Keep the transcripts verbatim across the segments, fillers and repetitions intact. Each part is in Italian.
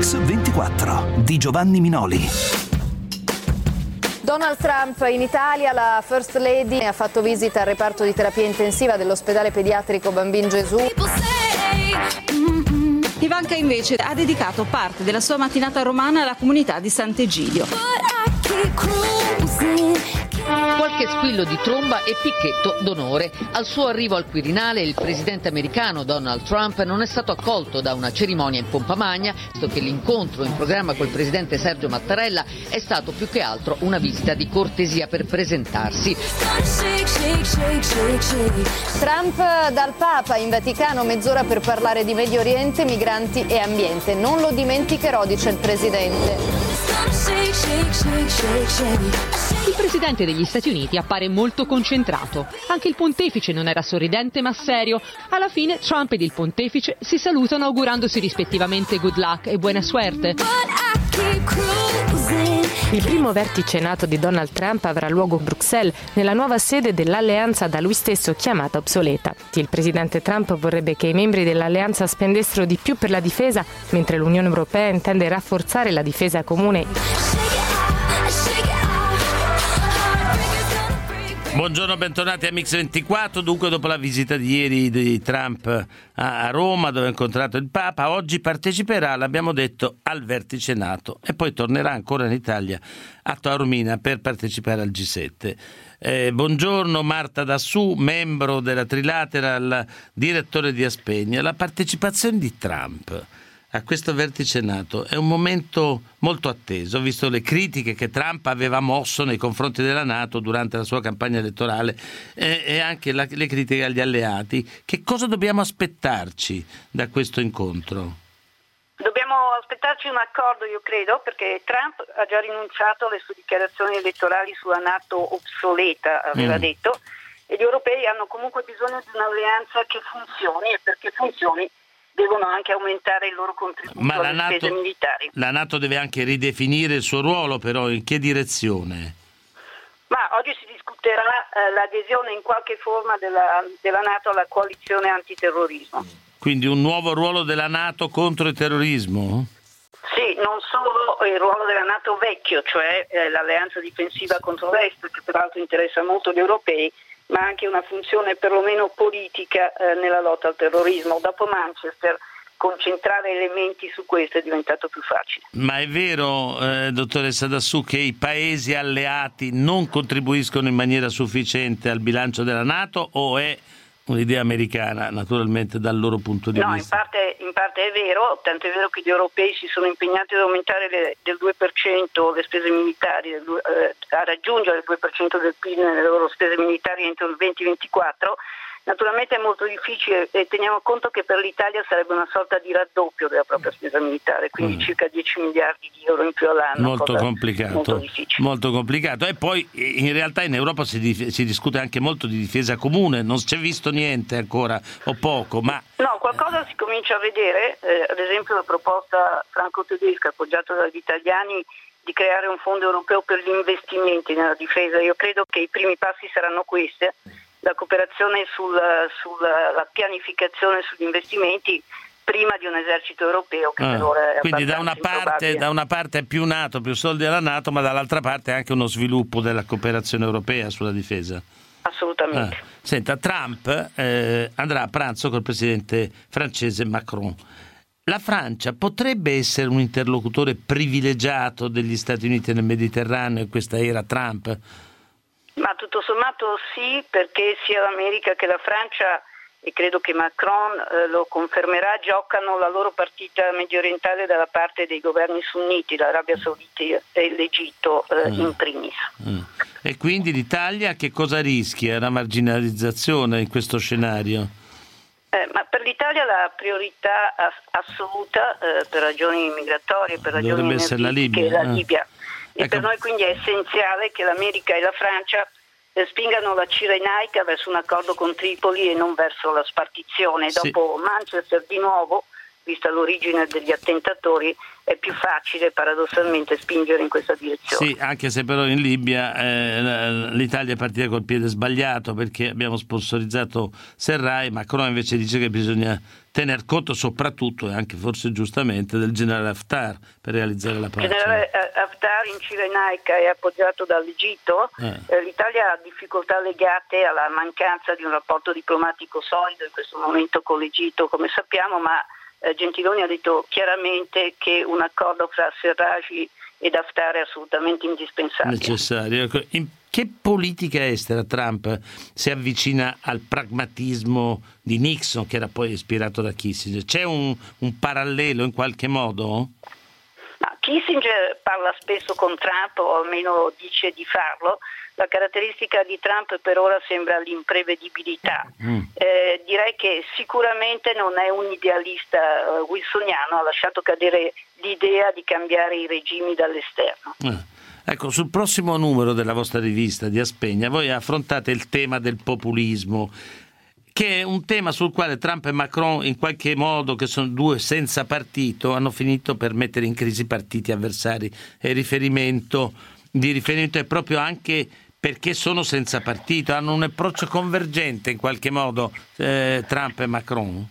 Mix ventiquattro di Giovanni Minoli. Donald Trump in Italia, la First Lady ha fatto visita al reparto di terapia intensiva dell'ospedale pediatrico Bambin Gesù. Ivanka invece ha dedicato parte della sua mattinata romana alla comunità di Sant'Egidio. Qualche squillo di tromba e picchetto d'onore. Al suo arrivo al Quirinale il presidente americano Donald Trump non è stato accolto da una cerimonia in pompa magna, visto che l'incontro in programma col presidente Sergio Mattarella è stato più che altro una visita di cortesia per presentarsi. Trump dal Papa in Vaticano, mezz'ora per parlare di Medio Oriente, migranti e ambiente. Non lo dimenticherò, dice il presidente. Il presidente degli Stati Uniti appare molto concentrato. Anche il pontefice non era sorridente ma serio. Alla fine Trump ed il pontefice si salutano augurandosi rispettivamente good luck e buona suerte. Il primo vertice NATO di Donald Trump avrà luogo a Bruxelles, nella nuova sede dell'alleanza da lui stesso chiamata obsoleta. Il presidente Trump vorrebbe che i membri dell'alleanza spendessero di più per la difesa, mentre l'Unione Europea intende rafforzare la difesa comune. Buongiorno, bentornati a Mix ventiquattro. Dunque, dopo la visita di ieri di Trump a Roma, dove ha incontrato il Papa, oggi parteciperà, l'abbiamo detto, al vertice NATO e poi tornerà ancora in Italia a Taormina per partecipare al G sette. Eh, buongiorno Marta Dassù, membro della Trilateral, direttore di Aspegna. La partecipazione di Trump a questo vertice NATO è un momento molto atteso, visto le critiche che Trump aveva mosso nei confronti della NATO durante la sua campagna elettorale e, e anche la, le critiche agli alleati. Che cosa dobbiamo aspettarci da questo incontro? Dobbiamo aspettarci un accordo, io credo, perché Trump ha già rinunciato alle sue dichiarazioni elettorali sulla NATO obsoleta, aveva mm. detto, e gli europei hanno comunque bisogno di un'alleanza che funzioni, e perché funzioni devono anche aumentare il loro contributo Ma alle la spese NATO, militari. La NATO deve anche ridefinire il suo ruolo, però in che direzione? Ma oggi si discuterà eh, l'adesione in qualche forma della, della NATO alla coalizione antiterrorismo. Quindi un nuovo ruolo della NATO contro il terrorismo? Sì, non solo il ruolo della NATO vecchio, cioè eh, l'alleanza difensiva contro l'Est, che peraltro interessa molto gli europei, ma anche una funzione perlomeno politica eh, nella lotta al terrorismo. Dopo Manchester, concentrare elementi su questo è diventato più facile. Ma è vero, eh, dottoressa Dassù, che i paesi alleati non contribuiscono in maniera sufficiente al bilancio della NATO, o è un'idea americana, naturalmente, dal loro punto di no, vista? No, in parte, in parte è vero, tanto è vero che gli europei si sono impegnati ad aumentare le, del due per cento le spese militari, del, eh, a raggiungere il due per cento del P I B nelle loro spese militari entro il duemilaventiquattro. Naturalmente è molto difficile e teniamo conto che per l'Italia sarebbe una sorta di raddoppio della propria spesa militare, quindi mm. circa dieci miliardi di euro in più all'anno. Molto complicato, molto difficile. Molto complicato. E poi in realtà in Europa si, dif- si discute anche molto di difesa comune, non si è visto niente ancora o poco, ma... No, qualcosa si comincia a vedere, eh, ad esempio la proposta franco-tedesca appoggiata dagli italiani di creare un fondo europeo per gli investimenti nella difesa. Io credo che i primi passi saranno questi. La cooperazione sulla, sulla pianificazione sugli investimenti prima di un esercito europeo che ah, per ora è quindi da una, parte, da una parte è più NATO, più soldi alla NATO, ma dall'altra parte è anche uno sviluppo della cooperazione europea sulla difesa. Assolutamente. Ah. Senta, Trump eh, andrà a pranzo col presidente francese Macron. La Francia potrebbe essere un interlocutore privilegiato degli Stati Uniti nel Mediterraneo in questa era Trump? Ma tutto sommato sì, perché sia l'America che la Francia, e credo che Macron eh, lo confermerà, giocano la loro partita medio orientale dalla parte dei governi sunniti, l'Arabia Saudita e l'Egitto eh, mm. in primis. Mm. E quindi l'Italia che cosa rischia? La marginalizzazione in questo scenario? Eh, ma per l'Italia la priorità ass- assoluta eh, per ragioni migratorie, per ragioni dovrebbe essere la Libia. è la Ah. Libia. E Ecco. per noi quindi è essenziale che l'America e la Francia eh, spingano la Cirenaica verso un accordo con Tripoli e non verso la spartizione. Sì. Dopo Manchester di nuovo vista l'origine degli attentatori, è più facile paradossalmente spingere in questa direzione. Sì, anche se però in Libia eh, l'Italia è partita col piede sbagliato, perché abbiamo sponsorizzato Serraj. Macron invece dice che bisogna tener conto soprattutto, e anche forse giustamente, del generale Haftar per realizzare la pace. Il generale Haftar in Cirenaica è appoggiato dall'Egitto. Eh. L'Italia ha difficoltà legate alla mancanza di un rapporto diplomatico solido in questo momento con l'Egitto, come sappiamo, ma eh, Gentiloni ha detto chiaramente che un accordo fra Serraj ed Haftar è assolutamente indispensabile. Necessario. In che politica estera Trump si avvicina al pragmatismo di Nixon, che era poi ispirato da Kissinger? C'è un, un parallelo in qualche modo? Ma Kissinger parla spesso con Trump, o almeno dice di farlo. La caratteristica di Trump per ora sembra l'imprevedibilità. Mm. Eh, direi che sicuramente non è un idealista uh, wilsoniano, ha lasciato cadere l'idea di cambiare i regimi dall'esterno. Eh. Ecco, sul prossimo numero della vostra rivista di Aspegna voi affrontate il tema del populismo, che è un tema sul quale Trump e Macron, in qualche modo, che sono due senza partito, hanno finito per mettere in crisi partiti avversari. E il riferimento di riferimento è proprio anche perché sono senza partito, hanno un approccio convergente in qualche modo eh, Trump e Macron?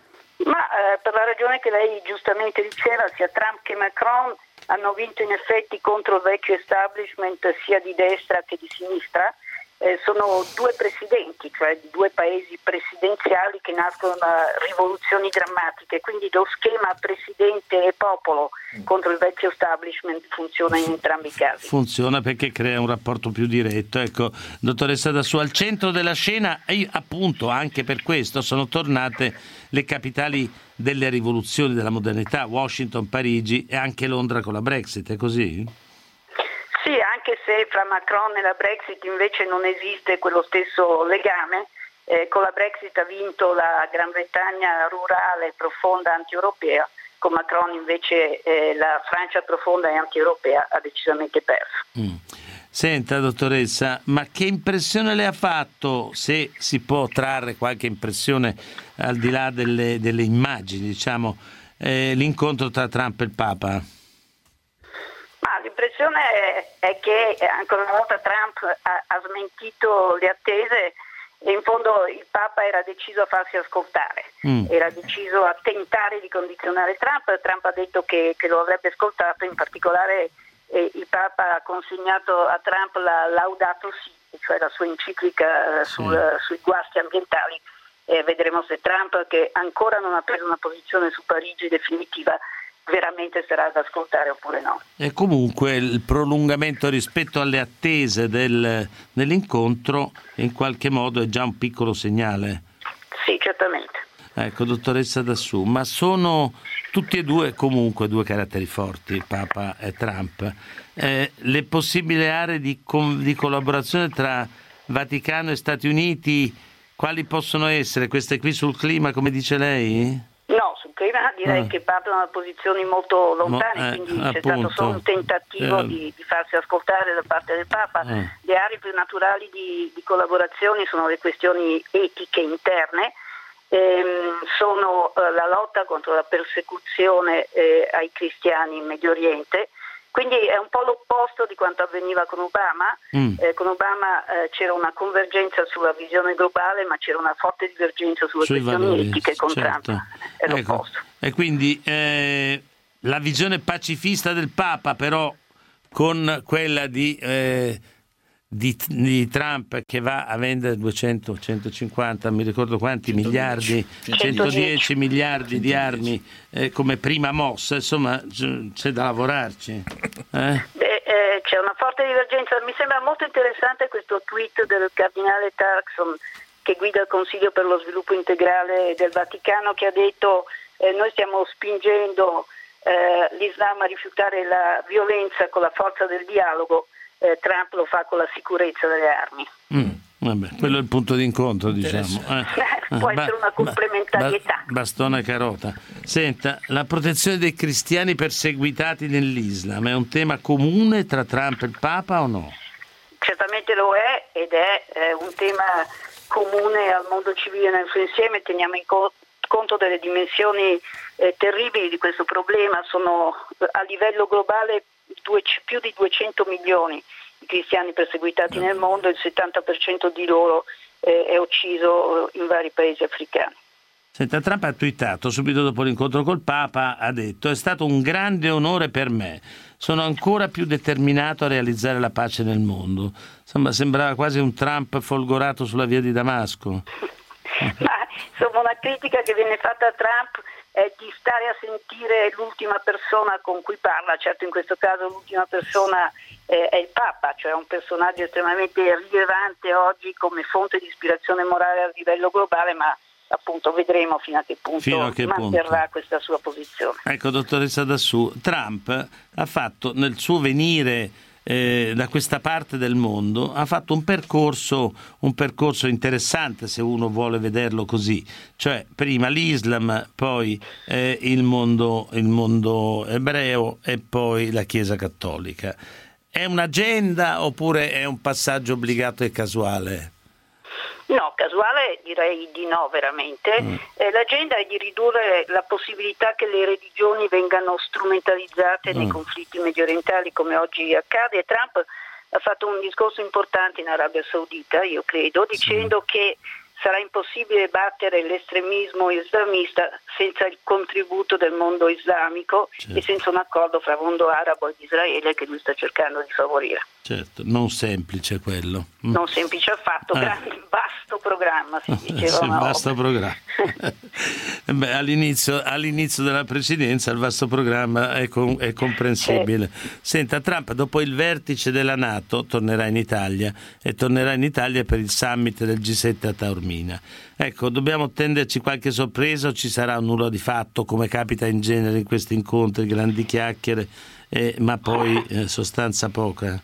Ma eh, per la ragione che lei giustamente diceva, sia Trump che Macron hanno vinto in effetti contro il vecchio establishment sia di destra che di sinistra. Eh, sono due presidenti, cioè due paesi presidenziali che nascono da rivoluzioni drammatiche, quindi lo schema presidente e popolo contro il vecchio establishment funziona in entrambi i casi. Funziona perché crea un rapporto più diretto. Ecco, dottoressa Dassù, al centro della scena, e appunto anche per questo sono tornate le capitali delle rivoluzioni della modernità, Washington, Parigi e anche Londra con la Brexit, è così? Sì, anche se fra Macron e la Brexit invece non esiste quello stesso legame. Eh, con la Brexit ha vinto la Gran Bretagna rurale, profonda, anti-europea, con Macron invece eh, la Francia profonda e anti-europea ha decisamente perso. Mm. Senta, dottoressa, ma che impressione le ha fatto, se si può trarre qualche impressione al di là delle, delle immagini, diciamo, eh, l'incontro tra Trump e il Papa? Ma l'impressione è, è che ancora una volta Trump ha, ha smentito le attese e in fondo il Papa era deciso a farsi ascoltare, mm. era deciso a tentare di condizionare Trump. Trump ha detto che, che lo avrebbe ascoltato, in particolare eh, il Papa ha consegnato a Trump la Laudato Si, cioè la sua enciclica eh, sul, sì. sui guasti ambientali. E vedremo se Trump, che ancora non ha preso una posizione su Parigi definitiva, veramente sarà da ascoltare oppure no. E comunque il prolungamento rispetto alle attese del, dell'incontro in qualche modo è già un piccolo segnale. Sì, certamente. Ecco, dottoressa Dassù, ma sono tutti e due comunque due caratteri forti, Papa e Trump. Eh, le possibili aree di, con, di collaborazione tra Vaticano e Stati Uniti, quali possono essere? Queste qui sul clima, come dice lei? No, sul clima direi ah. che partono da posizioni molto lontane, no, eh, quindi appunto. c'è stato solo un tentativo eh. di, di farsi ascoltare da parte del Papa. Eh. Le aree più naturali di, di collaborazione sono le questioni etiche interne, ehm, sono eh, la lotta contro la persecuzione eh, ai cristiani in Medio Oriente. Quindi è un po' l'opposto di quanto avveniva con Obama. Mm. Eh, con Obama eh, c'era una convergenza sulla visione globale, ma c'era una forte divergenza sulle Sui questioni valori, etiche con certo. Trump. È ecco. l'opposto. E quindi eh, la visione pacifista del Papa, però, con quella di, eh, di, di Trump, che va a vendere duecento, centocinquanta, mi ricordo quanti centodieci miliardi, centodieci miliardi di armi eh, come prima mossa, insomma c'è da lavorarci. Eh? Beh, eh, c'è una forte divergenza. Mi sembra molto interessante questo tweet del cardinale Turkson, che guida il Consiglio per lo sviluppo integrale del Vaticano, che ha detto eh, noi stiamo spingendo eh, l'Islam a rifiutare la violenza con la forza del dialogo. Eh, Trump lo fa con la sicurezza delle armi. Mm, vabbè, quello è il punto d'incontro, diciamo. Eh. Può essere una complementarietà. Ba- bastone e carota. Senta, la protezione dei cristiani perseguitati nell'Islam è un tema comune tra Trump e il Papa o no? Certamente lo è, ed è eh, un tema comune al mondo civile nel suo insieme. Teniamo in co- conto delle dimensioni eh, terribili di questo problema. Sono a livello globale due, più di duecento milioni i cristiani perseguitati nel mondo, il settanta per cento di loro eh, è ucciso in vari paesi africani. Senta, Trump ha twittato subito dopo l'incontro col Papa, ha detto: è stato un grande onore per me, sono ancora più determinato a realizzare la pace nel mondo. Insomma, sembrava quasi un Trump folgorato sulla via di Damasco. Ma insomma, una critica che viene fatta a Trump è di stare a sentire l'ultima persona con cui parla. Certo, in questo caso l'ultima persona eh, è il Papa, cioè un personaggio estremamente rilevante oggi come fonte di ispirazione morale a livello globale, ma appunto vedremo fino a che punto fino a che manterrà punto. questa sua posizione. Ecco, dottoressa Dassù, Trump ha fatto nel suo venire eh, da questa parte del mondo, ha fatto un percorso un percorso interessante, se uno vuole vederlo così, cioè prima l'Islam, poi eh, il mondo il mondo ebreo e poi la Chiesa cattolica. È un'agenda oppure è un passaggio obbligato e casuale? No, casuale direi di no, veramente. Mm. Eh, l'agenda è di ridurre la possibilità che le religioni vengano strumentalizzate mm. nei conflitti mediorientali come oggi accade, e Trump ha fatto un discorso importante in Arabia Saudita, io credo, dicendo sì. che sarà impossibile battere l'estremismo islamista senza il contributo del mondo islamico, certo. e senza un accordo fra mondo arabo ed Israele che lui sta cercando di favorire. Certo, non semplice quello. Non semplice affatto, ah. grande, vasto programma, si diceva. Sì, vasto programma. Beh, all'inizio, all'inizio della presidenza il vasto programma è, com- è comprensibile. Sì. Senta, Trump dopo il vertice della NATO tornerà in Italia e tornerà in Italia per il summit del G sette a Taormina. Ecco, dobbiamo attenderci qualche sorpresa o ci sarà un nulla di fatto, come capita in genere in questi incontri, grandi chiacchiere, eh, ma poi eh, sostanza poca?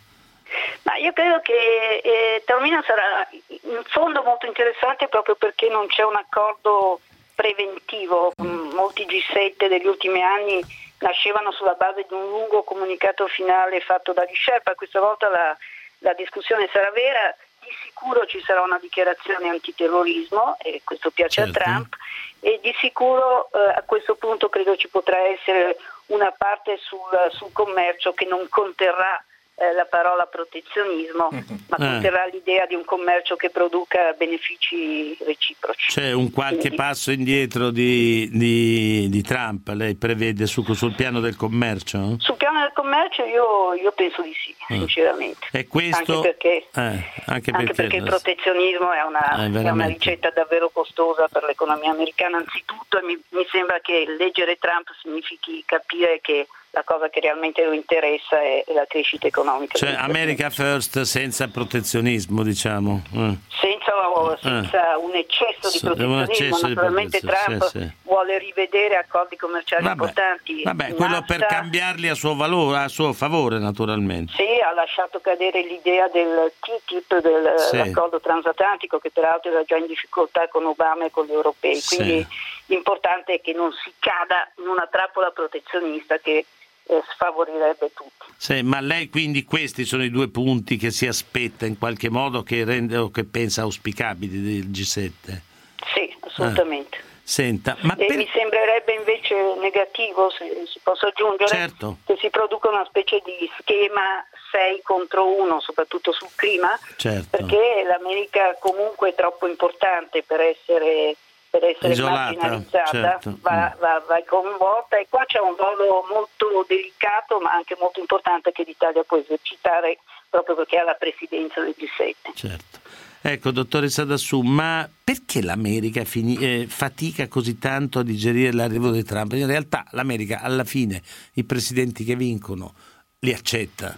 Ma io credo che eh, Taormina sarà in fondo molto interessante proprio perché non c'è un accordo preventivo. Molti G sette degli ultimi anni nascevano sulla base di un lungo comunicato finale fatto dagli Sherpa. Questa volta la, la discussione sarà vera. Di sicuro ci sarà una dichiarazione antiterrorismo, e questo piace certo. a Trump, e di sicuro eh, a questo punto credo ci potrà essere una parte sul, sul commercio che non conterrà eh, la parola protezionismo, ma conterrà eh. l'idea di un commercio che produca benefici reciproci. C'è un qualche Quindi, passo indietro di, di, di Trump, lei prevede su, sul piano del commercio? Sul piano del commercio io, io penso di sì, eh. sinceramente. E questo, anche perché, eh, anche perché, anche perché il protezionismo è una, eh, è una ricetta davvero costosa per l'economia americana anzitutto, e mi, mi sembra che leggere Trump significhi capire che la cosa che realmente lo interessa è la crescita economica. Cioè America First senza protezionismo, diciamo. Eh. Senza, senza eh. un eccesso di protezionismo. Eccesso Naturalmente di Trump sì, sì. vuole rivedere accordi commerciali vabbè, importanti. Vabbè, quello NAFTA, per cambiarli a suo valore, a suo favore, naturalmente. Sì, ha lasciato cadere l'idea del T T I P, dell'accordo sì. transatlantico, che peraltro era già in difficoltà con Obama e con gli europei. Sì. Quindi l'importante è che non si cada in una trappola protezionista che Eh, sfavorirebbe tutti. Sì, ma lei quindi questi sono i due punti che si aspetta in qualche modo, che rende o che pensa auspicabili del G sette? Sì, assolutamente. Ah. Senta, ma e per... mi sembrerebbe invece negativo, se si posso aggiungere, certo. che si produca una specie di schema sei contro uno, soprattutto sul clima, certo. perché l'America comunque è troppo importante per essere per essere isolata, marginalizzata, certo. va, va, va coinvolta, e qua c'è un ruolo molto delicato ma anche molto importante che l'Italia può esercitare proprio perché ha la presidenza del G sette. Certo. Ecco, dottoressa Dassù, ma perché l'America fini, eh, fatica così tanto a digerire l'arrivo di Trump? In realtà l'America alla fine i presidenti che vincono li accetta.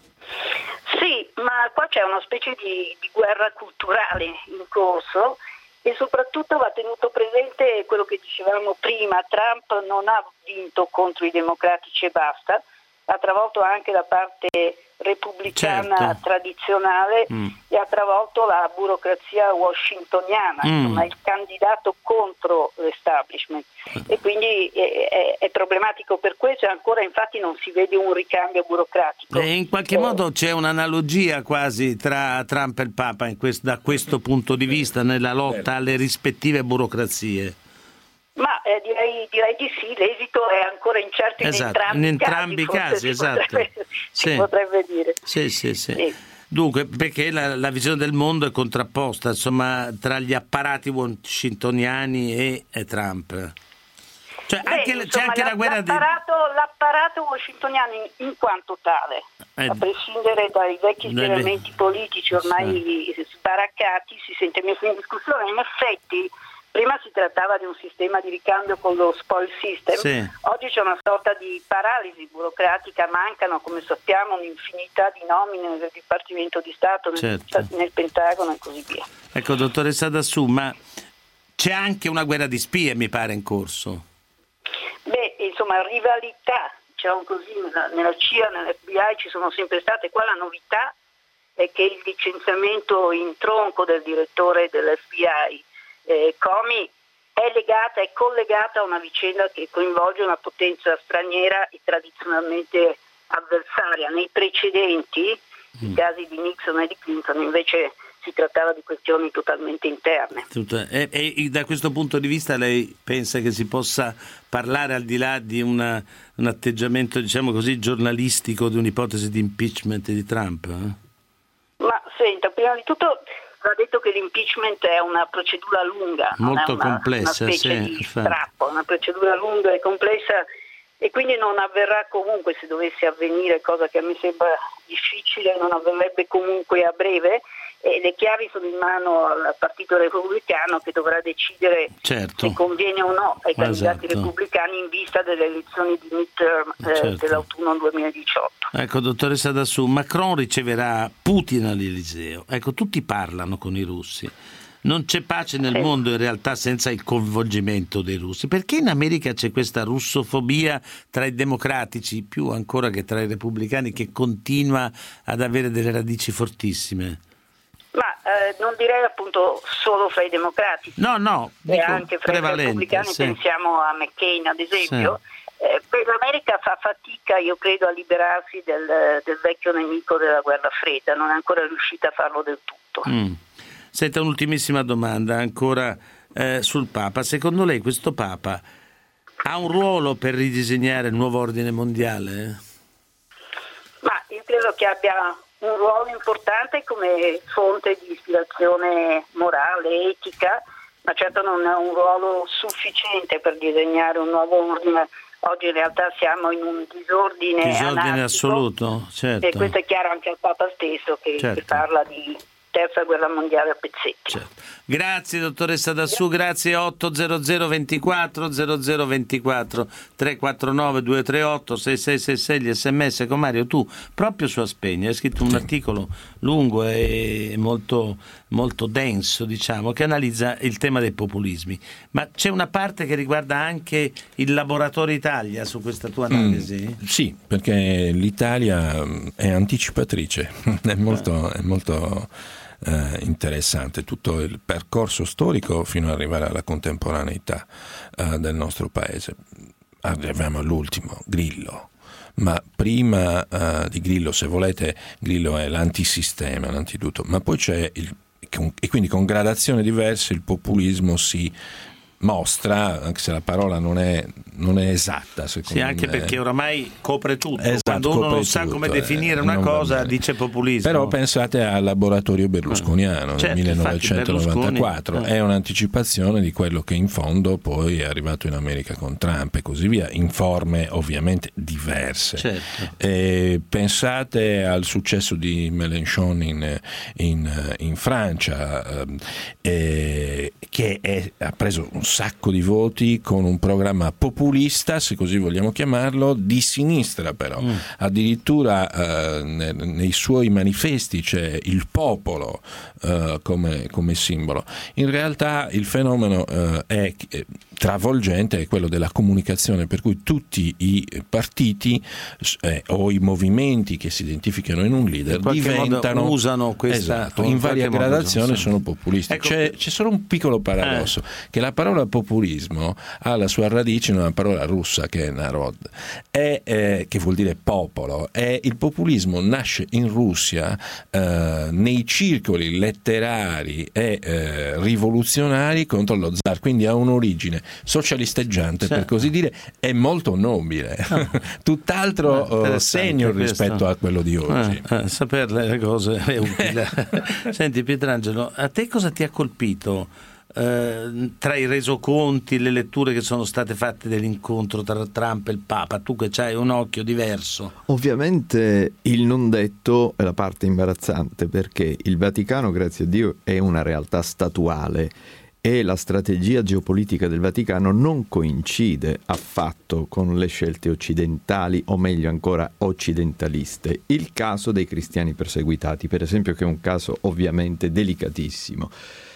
Sì, ma qua c'è una specie di, di guerra culturale in corso. E soprattutto va tenuto presente quello che dicevamo prima: Trump non ha vinto contro i democratici e basta, ha travolto anche la parte repubblicana certo. tradizionale mm. e ha travolto la burocrazia washingtoniana, mm. insomma il candidato contro l'establishment, e quindi è, è, è problematico per questo, e ancora infatti non si vede un ricambio burocratico. E in qualche eh. modo c'è un'analogia quasi tra Trump e il Papa in questo, da questo punto di vista, nella lotta alle rispettive burocrazie. Ma eh, direi, direi di sì, l'esito è ancora incerto in esatto, entrambi, in entrambi i casi, casi si esatto. Potrebbe, sì. si potrebbe dire. Sì, sì, sì. sì. Dunque, perché la, la visione del mondo è contrapposta, insomma, tra gli apparati washingtoniani e, e Trump. Cioè, Beh, anche, insomma, c'è anche la guerra l'apparato, di... l'apparato washingtoniano in, in quanto tale, eh, a prescindere dai vecchi schieramenti politici ormai sì. sbaraccati, si sente messo in discussione. In effetti, prima si trattava di un sistema di ricambio con lo spoil system, sì. oggi c'è una sorta di paralisi burocratica, mancano, come sappiamo, un'infinità di nomine nel Dipartimento di Stato, nel, certo. nel Pentagono e così via. Ecco, dottoressa Dassù, ma c'è anche una guerra di spie, mi pare, in corso. Beh, insomma, rivalità, diciamo così, nella, nella C I A, nell'F B I ci sono sempre state. Qua la novità è che il licenziamento in tronco del direttore dell'F B I, eh, Comey, è legata, è collegata a una vicenda che coinvolge una potenza straniera e tradizionalmente avversaria. Nei precedenti, mm. i casi di Nixon e di Clinton, invece si trattava di questioni totalmente interne. E, e, e da questo punto di vista lei pensa che si possa parlare, al di là di una, un atteggiamento, diciamo così, giornalistico, di un'ipotesi di impeachment di Trump? Eh? Ma senta, prima di tutto va detto che l'impeachment è una procedura lunga, molto non è una, complessa, una specie sì, di strappo, una procedura lunga e complessa, e quindi non avverrà comunque, se dovesse avvenire, cosa che a me sembra difficile, non avverrebbe comunque a breve. E le chiavi sono in mano al Partito Repubblicano, che dovrà decidere certo. se conviene o no ai candidati esatto. repubblicani in vista delle elezioni di midterm eh, certo. dell'autunno duemiladiciotto. Ecco, dottoressa Dassù, Macron riceverà Putin all'Eliseo. Ecco, tutti parlano con i russi. Non c'è pace nel sì. mondo in realtà senza il coinvolgimento dei russi. Perché in America c'è questa russofobia tra i democratici, più ancora che tra i repubblicani, che continua ad avere delle radici fortissime? Ma eh, non direi appunto solo fra i democratici, no, no, e anche fra i repubblicani, sì. pensiamo a McCain ad esempio. Sì. Eh, per l'America fa fatica, io credo, a liberarsi del, del vecchio nemico della guerra fredda, non è ancora riuscita a farlo del tutto. Mm. Senta, un'ultimissima domanda ancora eh, sul Papa. Secondo lei questo Papa ha un ruolo per ridisegnare il nuovo ordine mondiale? Ma io credo che abbia un ruolo importante come fonte di ispirazione morale, etica, ma certo non è un ruolo sufficiente per disegnare un nuovo ordine. Oggi in realtà siamo in un disordine, disordine anarchico, assoluto, certo. E questo è chiaro anche al Papa stesso, che, certo. che parla di terza guerra mondiale a pezzetti. Certo. Grazie dottoressa Dassù, grazie. Otto zero zero ventiquattro zero zero ventiquattro tre quattro nove due tre otto sei sei sei sei gli sms. Con Mario, tu proprio su Aspegna hai scritto un articolo lungo e molto, molto denso, diciamo, che analizza il tema dei populismi, ma c'è una parte che riguarda anche il Laboratorio Italia su questa tua analisi? Mm, sì, perché l'Italia è anticipatrice, è molto, è molto eh, interessante tutto il percorso storico fino ad arrivare alla contemporaneità eh, del nostro paese. Arriviamo all'ultimo, Grillo. Ma prima uh, di Grillo, se volete, Grillo è l'antisistema, l'antitutto, ma poi c'è il, e quindi con gradazioni diverse il populismo si mostra, anche se la parola non è, non è esatta, secondo sì, anche me. perché oramai copre tutto. Esatto, quando uno non sa tutto, come eh, definire una cosa dice populismo. Però pensate al laboratorio berlusconiano certo, nel millenovecentonovantaquattro, eh. è un'anticipazione di quello che in fondo poi è arrivato in America con Trump e così via, in forme ovviamente diverse. Certo. E pensate al successo di Mélenchon in, in, in Francia, eh, che è, ha preso un sacco di voti con un programma populista, se così vogliamo chiamarlo, di sinistra però. Mm. Addirittura eh, ne, nei suoi manifesti c'è il popolo eh, come, come simbolo. In realtà il fenomeno eh, è travolgente, è quello della comunicazione, per cui tutti i partiti eh, o i movimenti che si identificano in un leader in diventano modo usano questa esatto, in varia gradazione sono populisti. Ecco, c'è, c'è solo un piccolo paradosso, eh. che la parola parola populismo ha la sua radice in una parola russa che è narod, è, eh, che vuol dire popolo. E il populismo nasce in Russia eh, nei circoli letterari e eh, rivoluzionari contro lo zar, quindi ha un'origine socialisteggiante, sì, per così dire, è molto nobile, ah. tutt'altro eh, senior rispetto questo. a quello di oggi. Ah, ah, saperle le cose è utile. Senti Pietrangelo, a te cosa ti ha colpito eh, tra i resoconti, le letture che sono state fatte dell'incontro tra Trump e il Papa? Tu che c'hai un occhio diverso. Ovviamente il non detto è la parte imbarazzante, perché il Vaticano, grazie a Dio, è una realtà statuale e la strategia geopolitica del Vaticano non coincide affatto con le scelte occidentali, o meglio ancora occidentaliste. Il caso dei cristiani perseguitati, per esempio, che è un caso ovviamente delicatissimo.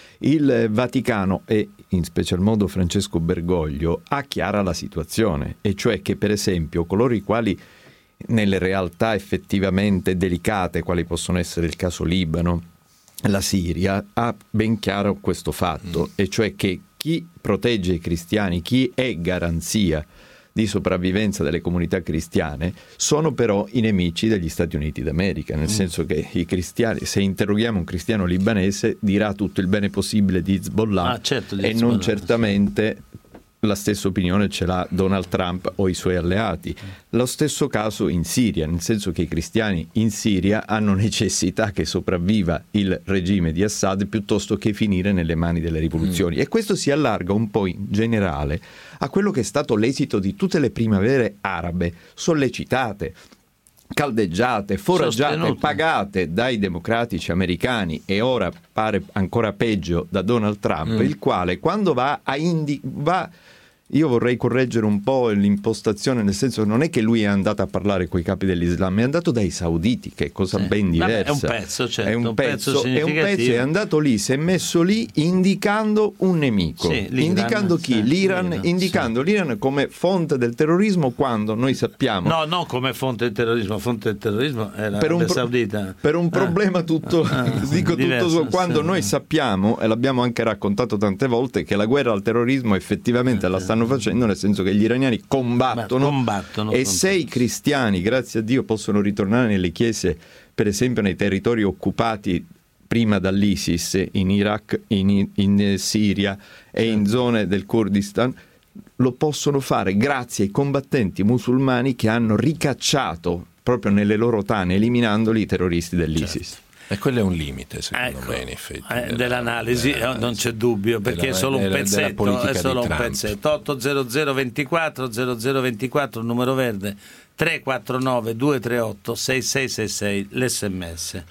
Il Vaticano, e in special modo Francesco Bergoglio, ha chiara la situazione, e cioè che per esempio coloro i quali nelle realtà effettivamente delicate, quali possono essere il caso Libano, la Siria, ha ben chiaro questo fatto, mm. e cioè che chi protegge i cristiani, chi è garanzia di sopravvivenza delle comunità cristiane, sono però i nemici degli Stati Uniti d'America, nel mm. senso che i cristiani, se interroghiamo un cristiano libanese, dirà tutto il bene possibile di Hezbollah, ah, certo, di e Hezbollah, non certamente la stessa opinione ce l'ha Donald Trump o i suoi alleati. Lo stesso caso in Siria, nel senso che i cristiani in Siria hanno necessità che sopravviva il regime di Assad piuttosto che finire nelle mani delle rivoluzioni. Mm. E questo si allarga un po' in generale a quello che è stato l'esito di tutte le primavere arabe sollecitate, caldeggiate, foraggiate, sostenute, pagate dai democratici americani, e ora pare ancora peggio da Donald Trump, mm. il quale quando va a indi- va io vorrei correggere un po' l'impostazione, nel senso che non è che lui è andato a parlare coi capi dell'Islam, è andato dai sauditi, che è cosa sì. ben diversa. Vabbè, è un pezzo, certo, è un, un pezzo, pezzo è un pezzo, è andato lì, si è messo lì indicando un nemico, sì, indicando chi? Sì, l'Iran, l'Iran, indicando sì. l'Iran come fonte del terrorismo, quando noi sappiamo... No, no, come fonte del terrorismo, fonte del terrorismo è l'Arabia Saudita. Per un ah. problema tutto, ah. dico diverso, tutto su, quando sì. noi sappiamo, e l'abbiamo anche raccontato tante volte, che la guerra al terrorismo effettivamente eh, la stanno facendo, nel senso che gli iraniani combattono, combattono e se i cristiani, grazie a Dio, possono ritornare nelle chiese, per esempio nei territori occupati prima dall'ISIS, in Iraq, in, in Siria e in zone del Kurdistan, lo possono fare grazie ai combattenti musulmani che hanno ricacciato proprio nelle loro tane, eliminandoli, i terroristi dell'ISIS. Certo. E quello è un limite, secondo ecco, me, in effetti. Eh, della, dell'analisi, dell'analisi, non c'è dubbio, perché della, è solo un pezzetto, è solo un pezzetto. otto zero zero ventiquattro zero zero ventiquattro, il numero verde, tre quattro nove due tre otto sei sei sei sei, l'esse emme esse.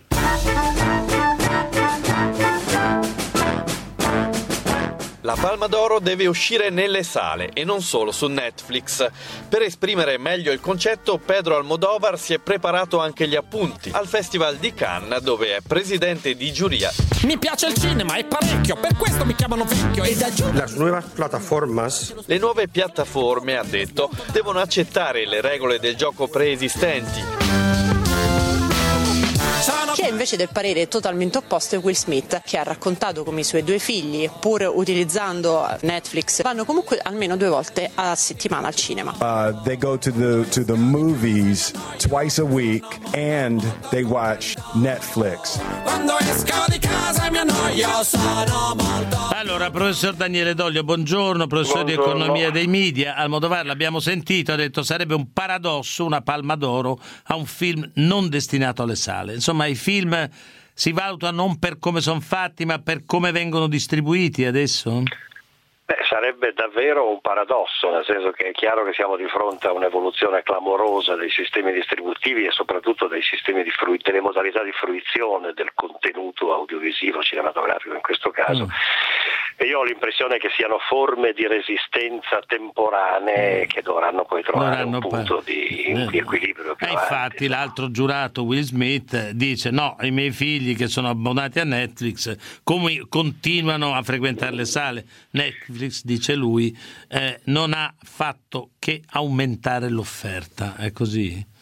La Palma d'Oro deve uscire nelle sale e non solo su Netflix. Per esprimere meglio il concetto, Pedro Almodóvar si è preparato anche gli appunti al Festival di Cannes, dove è presidente di giuria. Mi piace il cinema, è parecchio, per questo mi chiamano vecchio. E da giù... Las nuevas plataformas. Le nuove piattaforme, ha detto, devono accettare le regole del gioco preesistenti. Chi è invece del parere totalmente opposto è Will Smith, che ha raccontato come i suoi due figli, pur utilizzando Netflix, vanno comunque almeno due volte a settimana al cinema. Uh, they go to the to the movies twice a week and they watch Netflix. Quando esco di casa mi annoio, sono molto... Allora, professor Daniele Doglio, buongiorno, professore buongiorno. di economia dei media. Almodóvar, l'abbiamo sentito, ha detto sarebbe un paradosso una Palma d'Oro a un film non destinato alle sale. Insomma, i film si valutano non per come sono fatti, ma per come vengono distribuiti adesso? Beh, sarebbe davvero un paradosso, nel senso che è chiaro che siamo di fronte a un'evoluzione clamorosa dei sistemi distributivi e soprattutto dei sistemi di frui- delle modalità di fruizione del contenuto audiovisivo, cinematografico in questo caso. Mm. E io ho l'impressione che siano forme di resistenza temporanee che dovranno poi trovare dovranno un punto pa- di, eh. di equilibrio più eh, avanti. Infatti l'altro giurato, Will Smith, dice no, i miei figli che sono abbonati a Netflix come continuano a frequentare le sale. Netflix, dice lui, eh, non ha fatto che aumentare l'offerta, è così?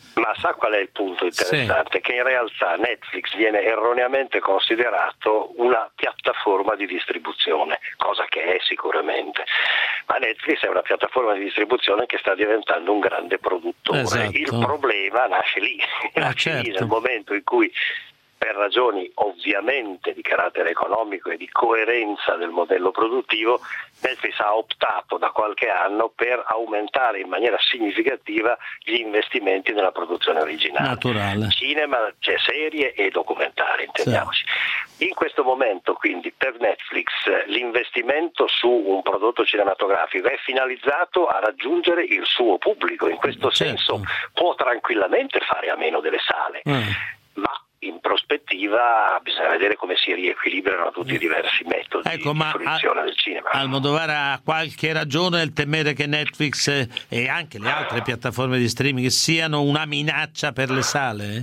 Ma sa qual è il punto interessante? Sì. Che in realtà Netflix viene erroneamente considerato una piattaforma di distribuzione, cosa che è sicuramente, ma Netflix è una piattaforma di distribuzione che sta diventando un grande produttore. Esatto. Il problema nasce lì, ah, nasce certo. lì nel momento in cui, per ragioni ovviamente di carattere economico e di coerenza del modello produttivo, Netflix ha optato da qualche anno per aumentare in maniera significativa gli investimenti nella produzione originale. Naturale. Cinema, cioè serie e documentari, intendiamoci. Sì. In questo momento quindi per Netflix l'investimento su un prodotto cinematografico è finalizzato a raggiungere il suo pubblico, in questo certo. senso può tranquillamente fare a meno delle sale, mm. ma in prospettiva bisogna vedere come si riequilibrano tutti i diversi metodi ecco, di fruizione a, del cinema. Almodovar ha qualche ragione nel temere che Netflix e anche le altre piattaforme di streaming siano una minaccia per le sale?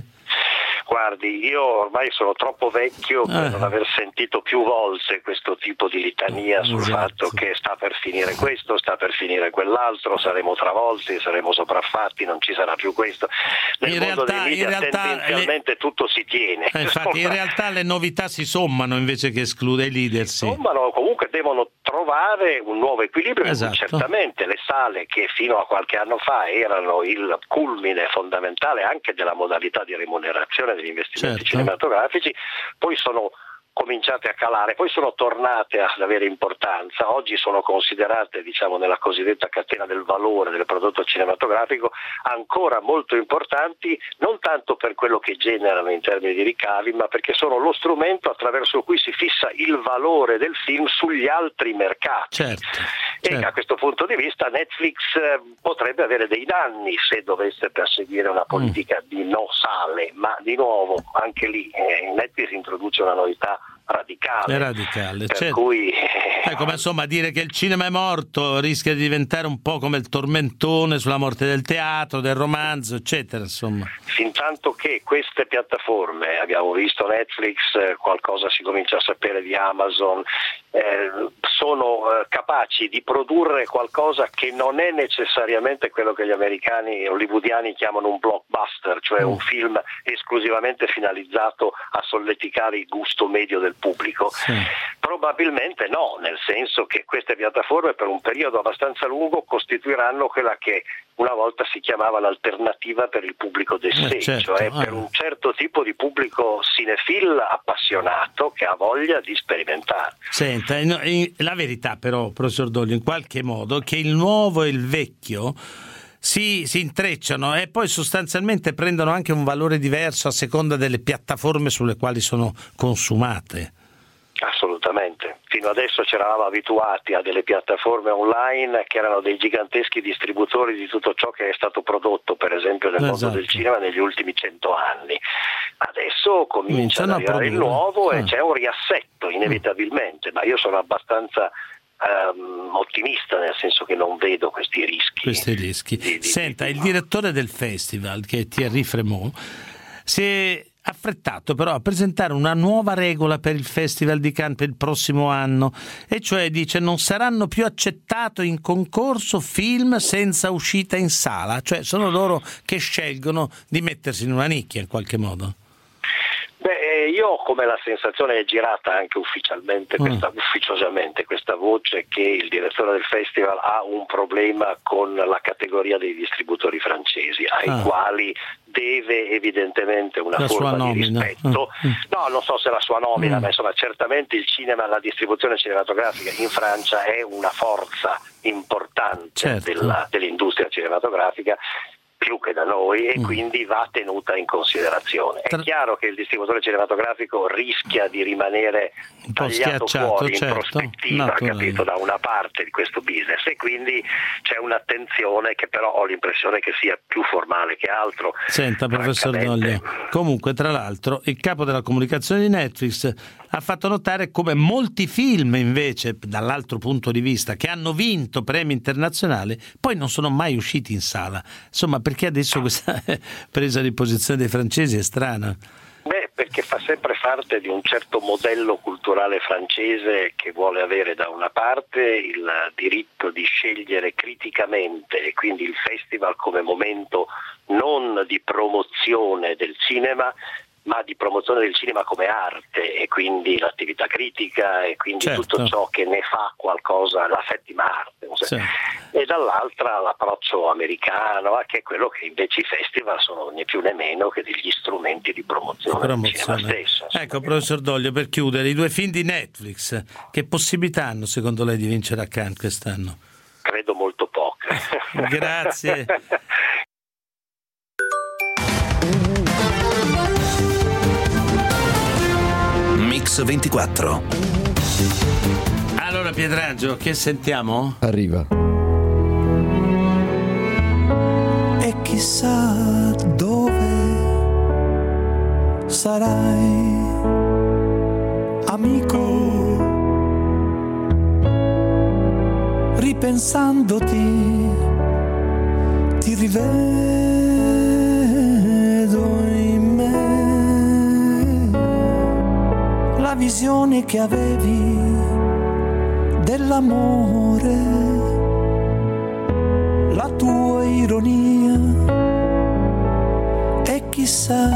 Guardi, io ormai sono troppo vecchio per eh. non aver sentito più volte questo tipo di litania sul esatto. fatto che sta per finire questo, sta per finire quell'altro, saremo travolti, saremo sopraffatti, non ci sarà più questo. Nel in mondo realtà, dei media in realtà tendenzialmente le... tutto si tiene. Eh, infatti in realtà le novità si sommano invece che escludere i leader. Sì. Sommano, comunque devono trovare un nuovo equilibrio. Esatto. Certamente le sale che fino a qualche anno fa erano il culmine fondamentale anche della modalità di remunerazione degli investimenti certo. cinematografici, poi sono cominciate a calare, poi sono tornate ad avere importanza, oggi sono considerate, diciamo, nella cosiddetta catena del valore del prodotto cinematografico ancora molto importanti, non tanto per quello che generano in termini di ricavi, ma perché sono lo strumento attraverso cui si fissa il valore del film sugli altri mercati. Certo, e certo. da questo punto di vista Netflix potrebbe avere dei danni se dovesse perseguire una politica mm. di no sale, ma di nuovo anche lì eh, Netflix introduce una novità radicale, è radicale per certo. cui ecco, ma insomma dire che il cinema è morto rischia di diventare un po' come il tormentone sulla morte del teatro, del romanzo, eccetera, insomma. Fintanto che queste piattaforme, abbiamo visto Netflix, qualcosa si comincia a sapere di Amazon, eh, sono eh, capaci di produrre qualcosa che non è necessariamente quello che gli americani hollywoodiani chiamano un blockbuster, cioè mm. un film esclusivamente finalizzato a solleticare il gusto medio del pubblico. Sì. Probabilmente no, nel senso che queste piattaforme per un periodo abbastanza lungo costituiranno quella che una volta si chiamava l'alternativa per il pubblico d'essere, eh, certo. cioè ah. per un certo tipo di pubblico cinefil appassionato che ha voglia di sperimentare. Senta, la verità però, professor Doglio, in qualche modo che il nuovo e il vecchio si, si intrecciano e poi sostanzialmente prendono anche un valore diverso a seconda delle piattaforme sulle quali sono consumate. Assolutamente. Fino adesso ci eravamo abituati a delle piattaforme online che erano dei giganteschi distributori di tutto ciò che è stato prodotto, per esempio nel esatto. mondo del cinema negli ultimi cento anni. Adesso comincia ad arrivare il nuovo e ah. c'è un riassetto inevitabilmente, ma io sono abbastanza Um, ottimista, nel senso che non vedo questi rischi. Questi rischi. Di, di, Senta, di, il direttore del festival, che è Thierry Frémaux, si è affrettato però a presentare una nuova regola per il Festival di Cannes per il prossimo anno, e cioè dice non saranno più accettati in concorso film senza uscita in sala, cioè sono loro che scelgono di mettersi in una nicchia in qualche modo. Beh, io ho come la sensazione, è girata anche ufficialmente, questa, mm. ufficiosamente questa voce che il direttore del festival ha un problema con la categoria dei distributori francesi, ai ah. quali deve evidentemente una la forma di rispetto. Mm. No, non so se la sua nomina, mm. ma insomma certamente il cinema, la distribuzione cinematografica in Francia è una forza importante certo. della, dell'industria cinematografica, più che da noi, e quindi va tenuta in considerazione. È chiaro che il distributore cinematografico rischia di rimanere un po' tagliato fuori certo, in prospettiva, capito, da una parte di questo business, e quindi c'è un'attenzione che però ho l'impressione che sia più formale che altro. Senta, professor Doglio, comunque tra l'altro il capo della comunicazione di Netflix ha fatto notare come molti film invece, dall'altro punto di vista, che hanno vinto premi internazionali poi non sono mai usciti in sala. Insomma, perché adesso questa presa di posizione dei francesi è strana? Beh, perché fa sempre parte di un certo modello culturale francese che vuole avere da una parte il diritto di scegliere criticamente, e quindi il festival come momento non di promozione del cinema, ma di promozione del cinema come arte, e quindi l'attività critica e quindi certo. tutto ciò che ne fa qualcosa, la settima arte. Sì. E dall'altra l'approccio americano, che è quello che invece i festival sono né più né meno che degli strumenti di promozione, promozione. del cinema stesso. Ecco, professor Doglio, per chiudere, i due film di Netflix, che possibilità hanno secondo lei di vincere a Cannes quest'anno? Credo molto poche. Grazie. Mix ventiquattro. Allora Pietrangelo, che sentiamo? Arriva. E chissà dove sarai, amico, ripensandoti ti rivedo in me, la visione che avevi dell'amore, la tua ironia, e chissà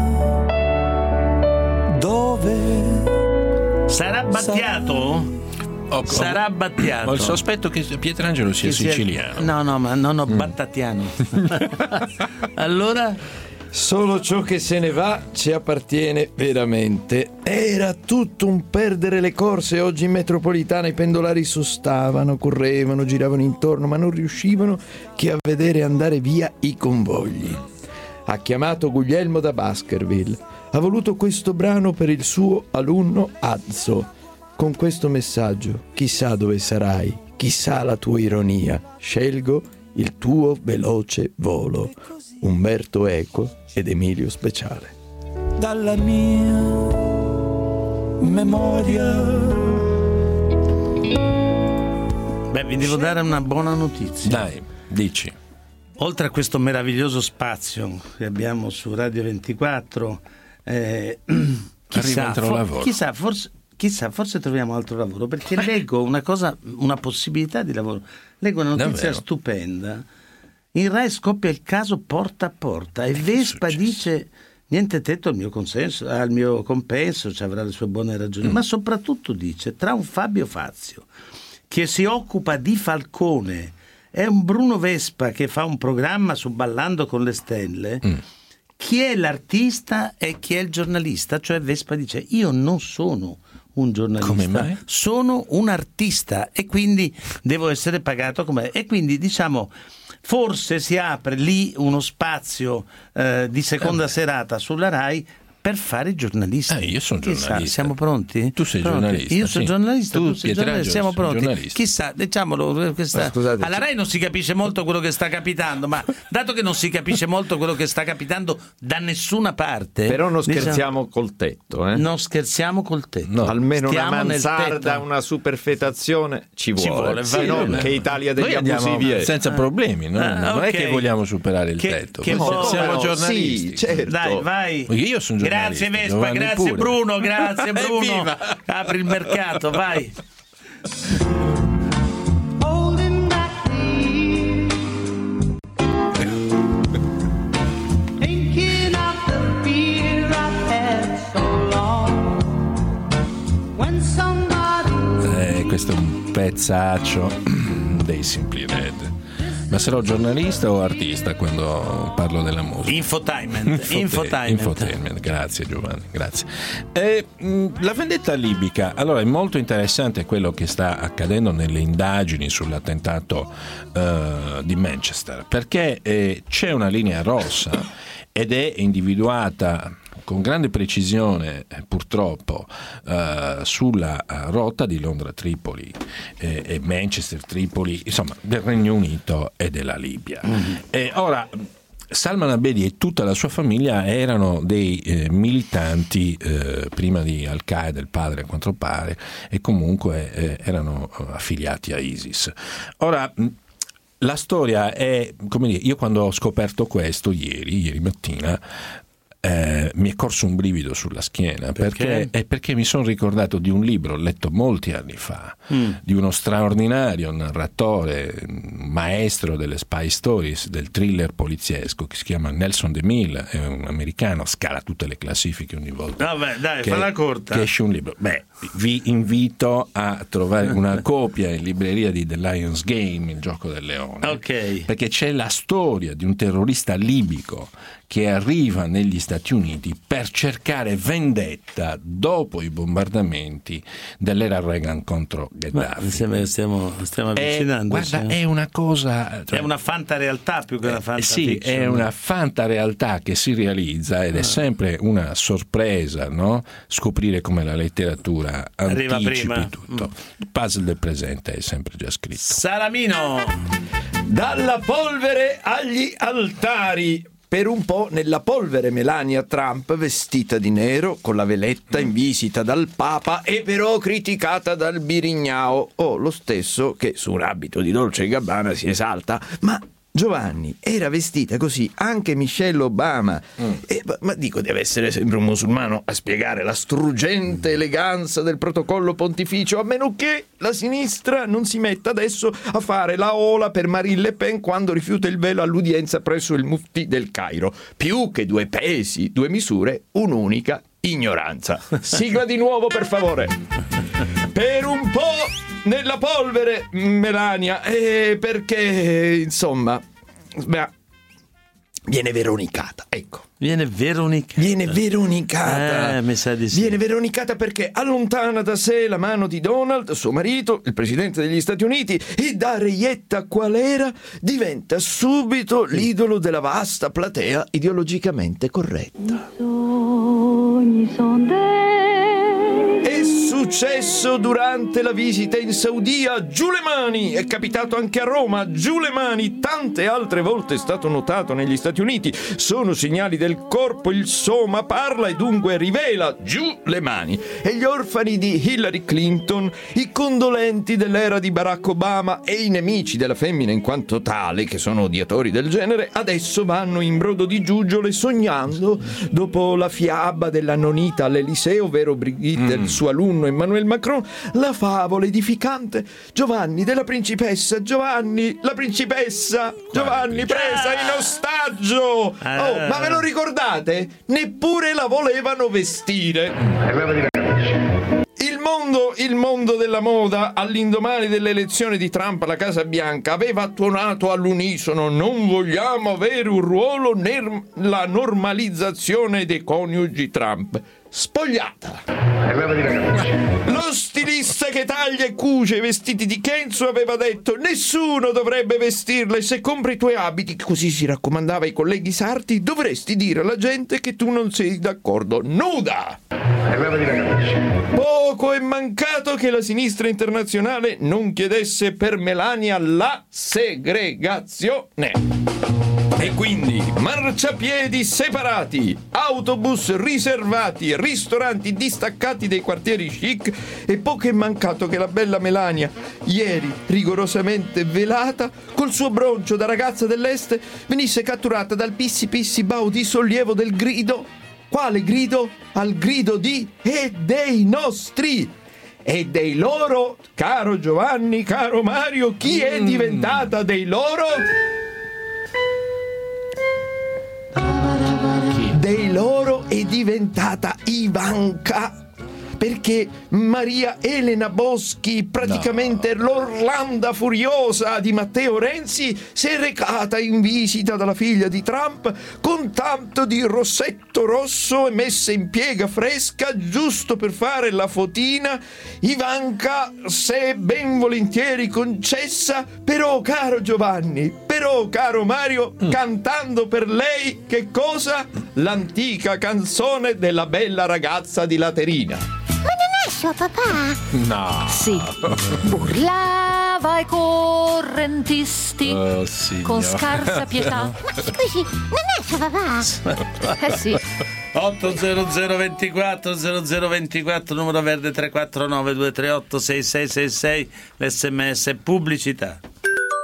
dove sarà Battiato? Ho, sarà Battiato. Ho il sospetto che Pietrangelo sia che siciliano. Sia... No, no, ma non ho mm. Battatiano. Allora? Solo ciò che se ne va ci appartiene veramente. Era tutto un perdere le corse. Oggi in metropolitana i pendolari sostavano, correvano, giravano intorno, ma non riuscivano che a vedere andare via i convogli. Ha chiamato Guglielmo da Baskerville. Ha voluto questo brano per il suo alunno Azzo. Con questo messaggio: chissà dove sarai, chissà la tua ironia, scelgo il tuo veloce volo. Umberto Eco ed Emilio Speciale. Dalla mia memoria. Beh, vi devo dare una buona notizia. Dai, dici. Oltre a questo meraviglioso spazio che abbiamo su Radio ventiquattro, eh, chissà, for- chissà, forse, chissà, forse troviamo altro lavoro, perché leggo una cosa, una possibilità di lavoro. Leggo una notizia Davvero? stupenda. In Rai scoppia il caso porta a porta e Vespa dice: niente tetto al mio consenso, al mio compenso, ci avrà le sue buone ragioni, mm. ma soprattutto dice: tra un Fabio Fazio che si occupa di Falcone e un Bruno Vespa che fa un programma su Ballando con le Stelle, mm. chi è l'artista e chi è il giornalista? Cioè Vespa dice: io non sono un giornalista, come mai? Sono un artista e quindi devo essere pagato come. E quindi diciamo forse si apre lì uno spazio eh, di seconda eh serata sulla Rai per fare i giornalisti. Eh, io sono giornalista. Chissà, siamo pronti? Tu sei pronti? giornalista. Io sono sì. giornalista, tu, tu sei giornalista, siamo pronti. Giornalista. Chissà, diciamolo, questa... scusate, alla Rai non si capisce molto quello che sta capitando, ma dato che non si capisce molto quello che sta capitando da nessuna parte. Però non scherziamo diciamo, col tetto, eh? Non scherziamo col tetto. No, almeno Stiamo una mansarda, una superfetazione ci vuole. Ci vuole, se no, che Italia degli abusivi è. Senza problemi, no? Ah, non okay. è che vogliamo superare il che, tetto. Che siamo siamo giornalisti. Sì, certo. Dai, vai. Io sono giornalista. Grazie Vespa, grazie pure. Bruno, grazie Bruno. Apri il mercato, vai. Eh, questo è un pezzaccio dei Simply Red. Ma sarò giornalista o artista quando parlo della musica? Infotainment. Infotainment. Infotainment. Infotainment. Grazie Giovanni, grazie. Eh, la vendetta libica, allora è molto interessante quello che sta accadendo nelle indagini sull'attentato eh, di Manchester, perché eh, c'è una linea rossa ed è individuata con grande precisione, eh, purtroppo, eh, sulla eh, rotta di Londra-Tripoli eh, e Manchester-Tripoli, insomma, del Regno Unito e della Libia. Mm-hmm. E ora, Salman Abedi e tutta la sua famiglia erano dei eh, militanti eh, prima di Al-Qaeda, il padre a quanto pare, e comunque eh, erano affiliati a ISIS. Ora, la storia è, come dire, io quando ho scoperto questo ieri, ieri mattina, eh, mi è corso un brivido sulla schiena perché, perché, è perché mi sono ricordato di un libro letto molti anni fa mm. di uno straordinario narratore, maestro delle spy stories, del thriller poliziesco, che si chiama Nelson DeMille, è un americano, scala tutte le classifiche ogni volta. Vabbè, dai, che, falla corta. Che esce un libro. Beh, vi invito a trovare una copia in libreria di The Lion's Game, il gioco del leone, okay. perché c'è la storia di un terrorista libico che arriva negli Stati Uniti per cercare vendetta dopo i bombardamenti dell'era Reagan contro Gheddafi. Stiamo, stiamo, stiamo avvicinando. Guarda, è una cosa... Cioè, è una fantarealtà più che una fantafiction. Sì, è una fantarealtà che si realizza ed è sempre una sorpresa, no? Scoprire come la letteratura arriva anticipi prima. tutto. Il puzzle del presente è sempre già scritto. Salamino! Dalla polvere agli altari. Per un po' nella polvere Melania Trump, vestita di nero, con la veletta, in visita dal Papa e però criticata dal Birignao, o lo stesso che su un abito di Dolce e Gabbana si esalta. Ma Giovanni, era vestita così anche Michelle Obama. Mm. E, ma, ma dico, deve essere sempre un musulmano a spiegare la struggente eleganza del protocollo pontificio, a meno che la sinistra non si metta adesso a fare la ola per Marine Le Pen quando rifiuta il velo all'udienza presso il Mufti del Cairo. Più che due pesi, due misure, un'unica ignoranza. Sigla di nuovo, per favore. Per un po' nella polvere Melania, eh, perché insomma beh, viene veronicata, ecco. Viene veronicata. Viene veronicata. Eh, mi sa di sì. Viene veronicata perché allontana da sé la mano di Donald, suo marito, il presidente degli Stati Uniti, e da reietta qual era diventa subito l'idolo della vasta platea ideologicamente corretta. È successo durante la visita in Saudia. Giù le mani! È capitato anche a Roma. Giù le mani! Tante altre volte è stato notato negli Stati Uniti. Sono segnali del corpo. Il soma parla e dunque rivela. Giù le mani! E gli orfani di Hillary Clinton, i condolenti dell'era di Barack Obama e i nemici della femmina in quanto tale, che sono odiatori del genere, adesso vanno in brodo di giuggiole sognando, dopo la fiaba della nonita all'Eliseo, ovvero Brigitte, mm. il suo alunno Emmanuel Macron, la favola edificante Giovanni della principessa, Giovanni la principessa, Giovanni presa in ostaggio. Ah. Oh, ma ve lo ricordate? Neppure la volevano vestire. Il mondo, il mondo della moda, all'indomani delle elezioni di Trump alla Casa Bianca, aveva tuonato all'unisono: non vogliamo avere un ruolo nella normalizzazione dei coniugi Trump. Spogliata. Lo stilista che taglia e cuce i vestiti di Kenzo aveva detto: nessuno dovrebbe vestirla, e se compri i tuoi abiti, così si raccomandava ai colleghi sarti, dovresti dire alla gente che tu non sei d'accordo. Nuda! Poco è mancato che la sinistra internazionale non chiedesse per Melania la segregazione. E quindi marciapiedi separati, autobus riservati, ristoranti distaccati dai quartieri chic, e poco è mancato che la bella Melania, ieri rigorosamente velata, col suo broncio da ragazza dell'est, venisse catturata dal pissi pissi bau di sollievo del grido. Quale grido? Al grido di "e dei nostri"! E dei loro, caro Giovanni, caro Mario, chi è diventata dei loro? Dei loro è diventata Ivanka, perché Maria Elena Boschi, praticamente no. l'Orlanda furiosa di Matteo Renzi, si è recata in visita dalla figlia di Trump con tanto di rossetto rosso e messa in piega fresca giusto per fare la fotina. Ivanka, se ben volentieri concessa, però caro Giovanni, però caro Mario, mm. cantando per lei che cosa? L'antica canzone della bella ragazza di Laterina. Ma non è suo papà? No. Sì. Burlava i correntisti oh, con scarsa pietà. Ma scusi, non è suo papà? Eh sì. otto zero zero ventiquattro zero zero ventiquattro, numero verde tre quattro nove due tre otto sei sei sei sei, l'sms pubblicità.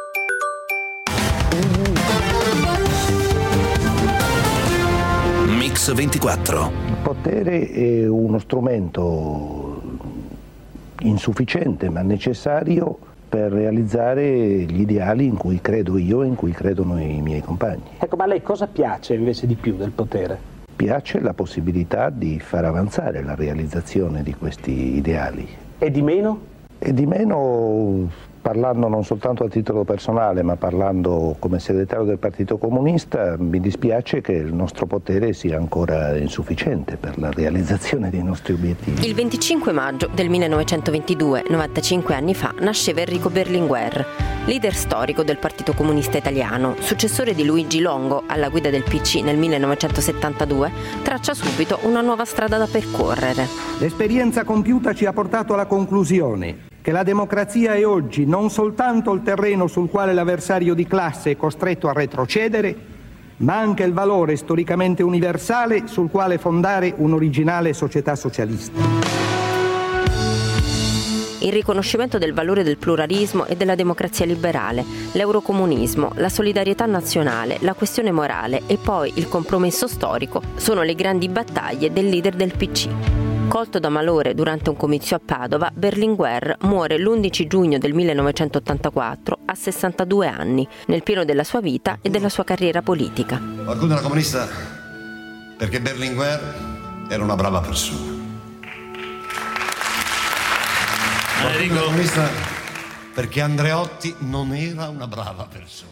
Mix Mix ventiquattro. Il potere è uno strumento insufficiente ma necessario per realizzare gli ideali in cui credo io e in cui credono i miei compagni. Ecco, ma a lei cosa piace invece di più del potere? Piace la possibilità di far avanzare la realizzazione di questi ideali. E di meno? E di meno, parlando non soltanto a titolo personale, ma parlando come segretario del Partito Comunista, mi dispiace che il nostro potere sia ancora insufficiente per la realizzazione dei nostri obiettivi. Il venticinque maggio del millenovecentoventidue, novantacinque anni fa, nasceva Enrico Berlinguer, leader storico del Partito Comunista Italiano, successore di Luigi Longo alla guida del P C nel millenovecentosettantadue, traccia subito una nuova strada da percorrere. L'esperienza compiuta ci ha portato alla conclusione che la democrazia è oggi non soltanto il terreno sul quale l'avversario di classe è costretto a retrocedere, ma anche il valore storicamente universale sul quale fondare un'originale società socialista. Il riconoscimento del valore del pluralismo e della democrazia liberale, l'eurocomunismo, la solidarietà nazionale, la questione morale e poi il compromesso storico sono le grandi battaglie del leader del P C. Colto da malore durante un comizio a Padova, Berlinguer muore l'undici giugno del millenovecentottantaquattro a sessantadue anni, nel pieno della sua vita e della sua carriera politica. Qualcuno era comunista perché Berlinguer era una brava persona. Qualcuno era comunista perché Andreotti non era una brava persona.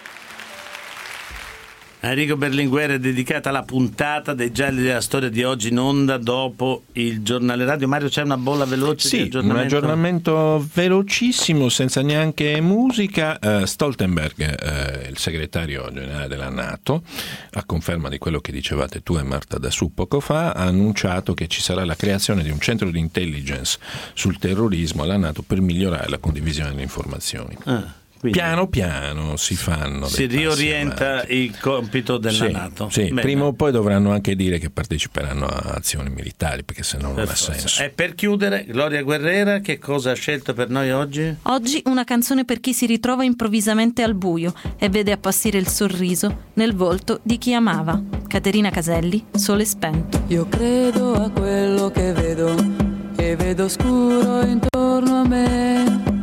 Enrico Berlinguer è dedicata la puntata dei Gialli della Storia di oggi in onda dopo il giornale radio. Mario, c'è una bolla veloce? Sì, di aggiornamento? un aggiornamento velocissimo senza neanche musica. uh, Stoltenberg, uh, il segretario generale della NATO, a conferma di quello che dicevate tu e Marta Dassù poco fa, ha annunciato che ci sarà la creazione di un centro di intelligence sul terrorismo alla NATO per migliorare la condivisione delle informazioni. Ah. Quindi piano piano si fanno si riorienta il compito della sì, NATO. Sì, prima o poi dovranno anche dire che parteciperanno a azioni militari, perché sennò non per ha forza. senso. E per chiudere, Gloria Guerrera, che cosa ha scelto per noi oggi? Oggi una canzone per chi si ritrova improvvisamente al buio e vede appassire il sorriso nel volto di chi amava. Caterina Caselli, Sole spento. Io credo a quello che vedo e vedo scuro intorno a me.